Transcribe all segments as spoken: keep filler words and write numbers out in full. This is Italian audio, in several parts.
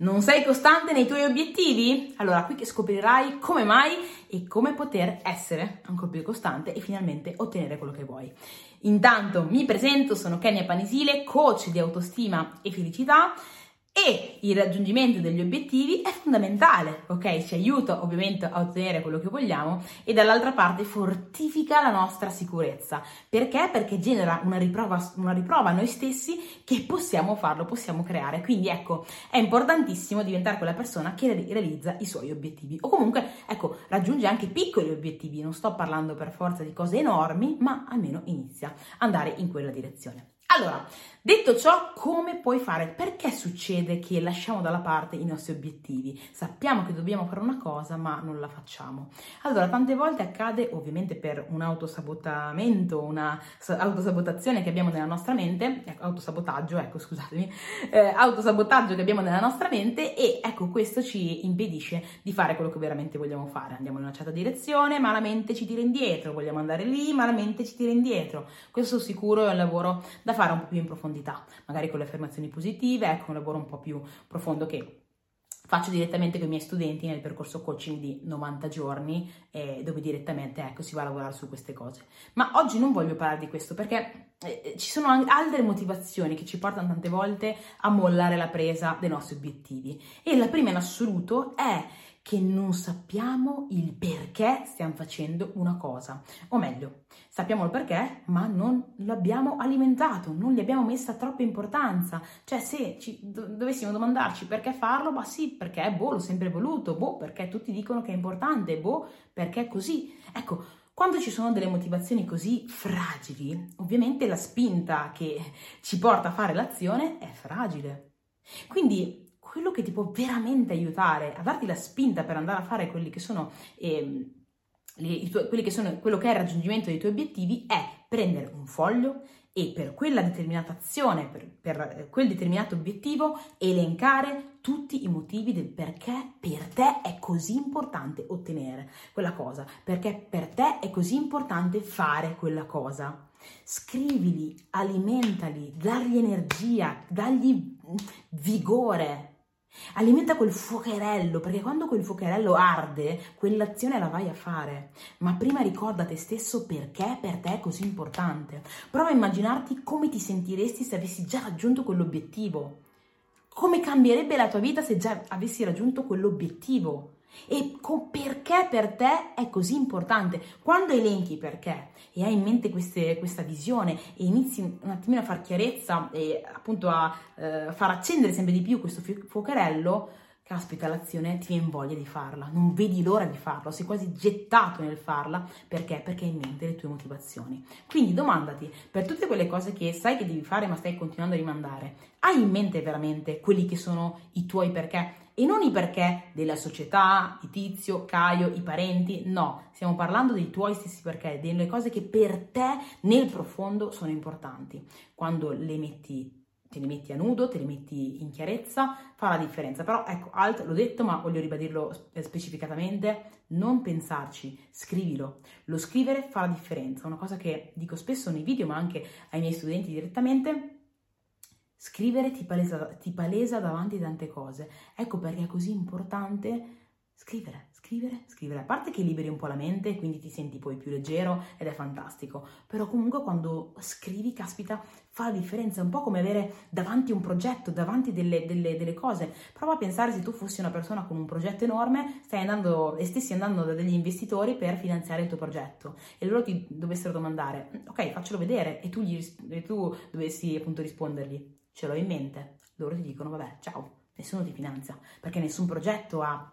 Non sei costante nei tuoi obiettivi? Allora, qui che scoprirai come mai e come poter essere ancora più costante e finalmente ottenere quello che vuoi. Intanto mi presento, sono Kenia Panisile, coach di autostima e felicità, e il raggiungimento degli obiettivi è fondamentale, ok? Ci aiuta ovviamente a ottenere quello che vogliamo e dall'altra parte fortifica la nostra sicurezza. Perché? Perché genera una riprova, una riprova a noi stessi che possiamo farlo, possiamo creare. Quindi ecco, è importantissimo diventare quella persona che realizza i suoi obiettivi o comunque, ecco, raggiunge anche piccoli obiettivi. Non sto parlando per forza di cose enormi, ma almeno inizia ad andare in quella direzione. Allora, detto ciò, come puoi fare? Perché succede che lasciamo dalla parte i nostri obiettivi? Sappiamo che dobbiamo fare una cosa, ma non la facciamo. Allora, tante volte accade, ovviamente per un autosabotamento, una autosabotazione che abbiamo nella nostra mente, ecco, autosabotaggio, ecco, scusatemi, eh, autosabotaggio che abbiamo nella nostra mente e ecco, questo ci impedisce di fare quello che veramente vogliamo fare. Andiamo in una certa direzione, ma la mente ci tira indietro, vogliamo andare lì, ma la mente ci tira indietro. Questo sicuro è un lavoro da fare un po' più in profondità, magari con le affermazioni positive, ecco un lavoro un po' più profondo che faccio direttamente con i miei studenti nel percorso coaching di novanta giorni, eh, dove direttamente ecco si va a lavorare su queste cose. Ma oggi non voglio parlare di questo perché eh, ci sono anche altre motivazioni che ci portano tante volte a mollare la presa dei nostri obiettivi, e la prima in assoluto è che non sappiamo il perché stiamo facendo una cosa, o meglio, sappiamo il perché, ma non l'abbiamo alimentato, non gli abbiamo messa troppa importanza. Cioè, se ci do- dovessimo domandarci perché farlo, ma sì, perché, boh, l'ho sempre voluto, boh, perché tutti dicono che è importante, boh, perché così. Ecco, quando ci sono delle motivazioni così fragili, ovviamente la spinta che ci porta a fare l'azione è fragile. Quindi quello che ti può veramente aiutare a darti la spinta per andare a fare quelli che sono, eh, le, i tuoi, quelli che sono quello che è il raggiungimento dei tuoi obiettivi è prendere un foglio e per quella determinata azione, per, per quel determinato obiettivo, elencare tutti i motivi del perché per te è così importante ottenere quella cosa, perché per te è così importante fare quella cosa. Scrivili, alimentali, dagli energia, dagli vigore. Alimenta quel fuocherello, perché quando quel fuocherello arde, quell'azione la vai a fare. Ma prima ricorda te stesso perché per te è così importante. Prova a immaginarti come ti sentiresti se avessi già raggiunto quell'obiettivo. Come cambierebbe la tua vita se già avessi raggiunto quell'obiettivo. E co- perché per te è così importante. Quando elenchi perché e hai in mente queste, questa visione e inizi un attimino a far chiarezza e appunto a eh, far accendere sempre di più questo fu- fuocherello, caspita, l'azione ti viene voglia di farla, non vedi l'ora di farlo, sei quasi gettato nel farla. Perché? Perché hai in mente le tue motivazioni. Quindi domandati, per tutte quelle cose che sai che devi fare ma stai continuando a rimandare, hai in mente veramente quelli che sono i tuoi perché? E non i perché della società, di Tizio, Caio, i parenti, no, stiamo parlando dei tuoi stessi perché, delle cose che per te nel profondo sono importanti. Quando le metti, te le metti a nudo, te le metti in chiarezza, fa la differenza. Però ecco, alt, l'ho detto, ma voglio ribadirlo specificatamente, non pensarci, scrivilo. Lo scrivere fa la differenza, una cosa che dico spesso nei video, ma anche ai miei studenti direttamente. Scrivere ti palesa, ti palesa davanti a tante cose. Ecco perché è così importante scrivere, scrivere, scrivere. A parte che liberi un po' la mente, quindi ti senti poi più leggero ed è fantastico. Però comunque quando scrivi, caspita, fa la differenza. È un po' come avere davanti un progetto, davanti delle, delle, delle cose. Prova a pensare se tu fossi una persona con un progetto enorme, stai andando e stessi andando da degli investitori per finanziare il tuo progetto. E loro ti dovessero domandare, ok, faccelo vedere, e tu, gli, e tu dovessi appunto rispondergli, ce l'ho in mente. Loro ti dicono, vabbè, ciao, nessuno ti finanzia, perché nessun progetto ha,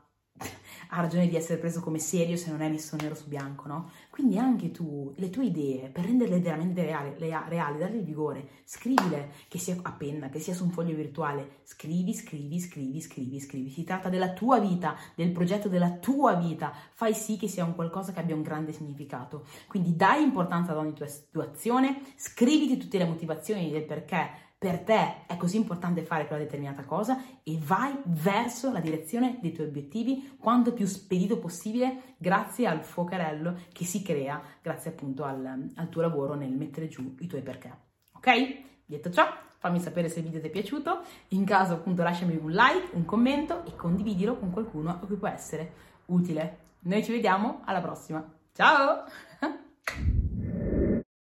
ha ragione di essere preso come serio se non è messo nero su bianco, no? Quindi anche tu, le tue idee, per renderle veramente reali, reali, darle vigore, scrivile, che sia a penna, che sia su un foglio virtuale, scrivi, scrivi, scrivi, scrivi, scrivi. Si tratta della tua vita, del progetto della tua vita, fai sì che sia un qualcosa che abbia un grande significato. Quindi dai importanza ad ogni tua, tua azione, scriviti tutte le motivazioni del perché per te è così importante fare quella determinata cosa e vai verso la direzione dei tuoi obiettivi quanto più spedito possibile grazie al fuocherello che si crea grazie appunto al, al tuo lavoro nel mettere giù i tuoi perché. Ok? Detto ciò, fammi sapere se il video ti è piaciuto, in caso appunto lasciami un like, un commento e condividilo con qualcuno a cui può essere utile. Noi ci vediamo alla prossima, ciao!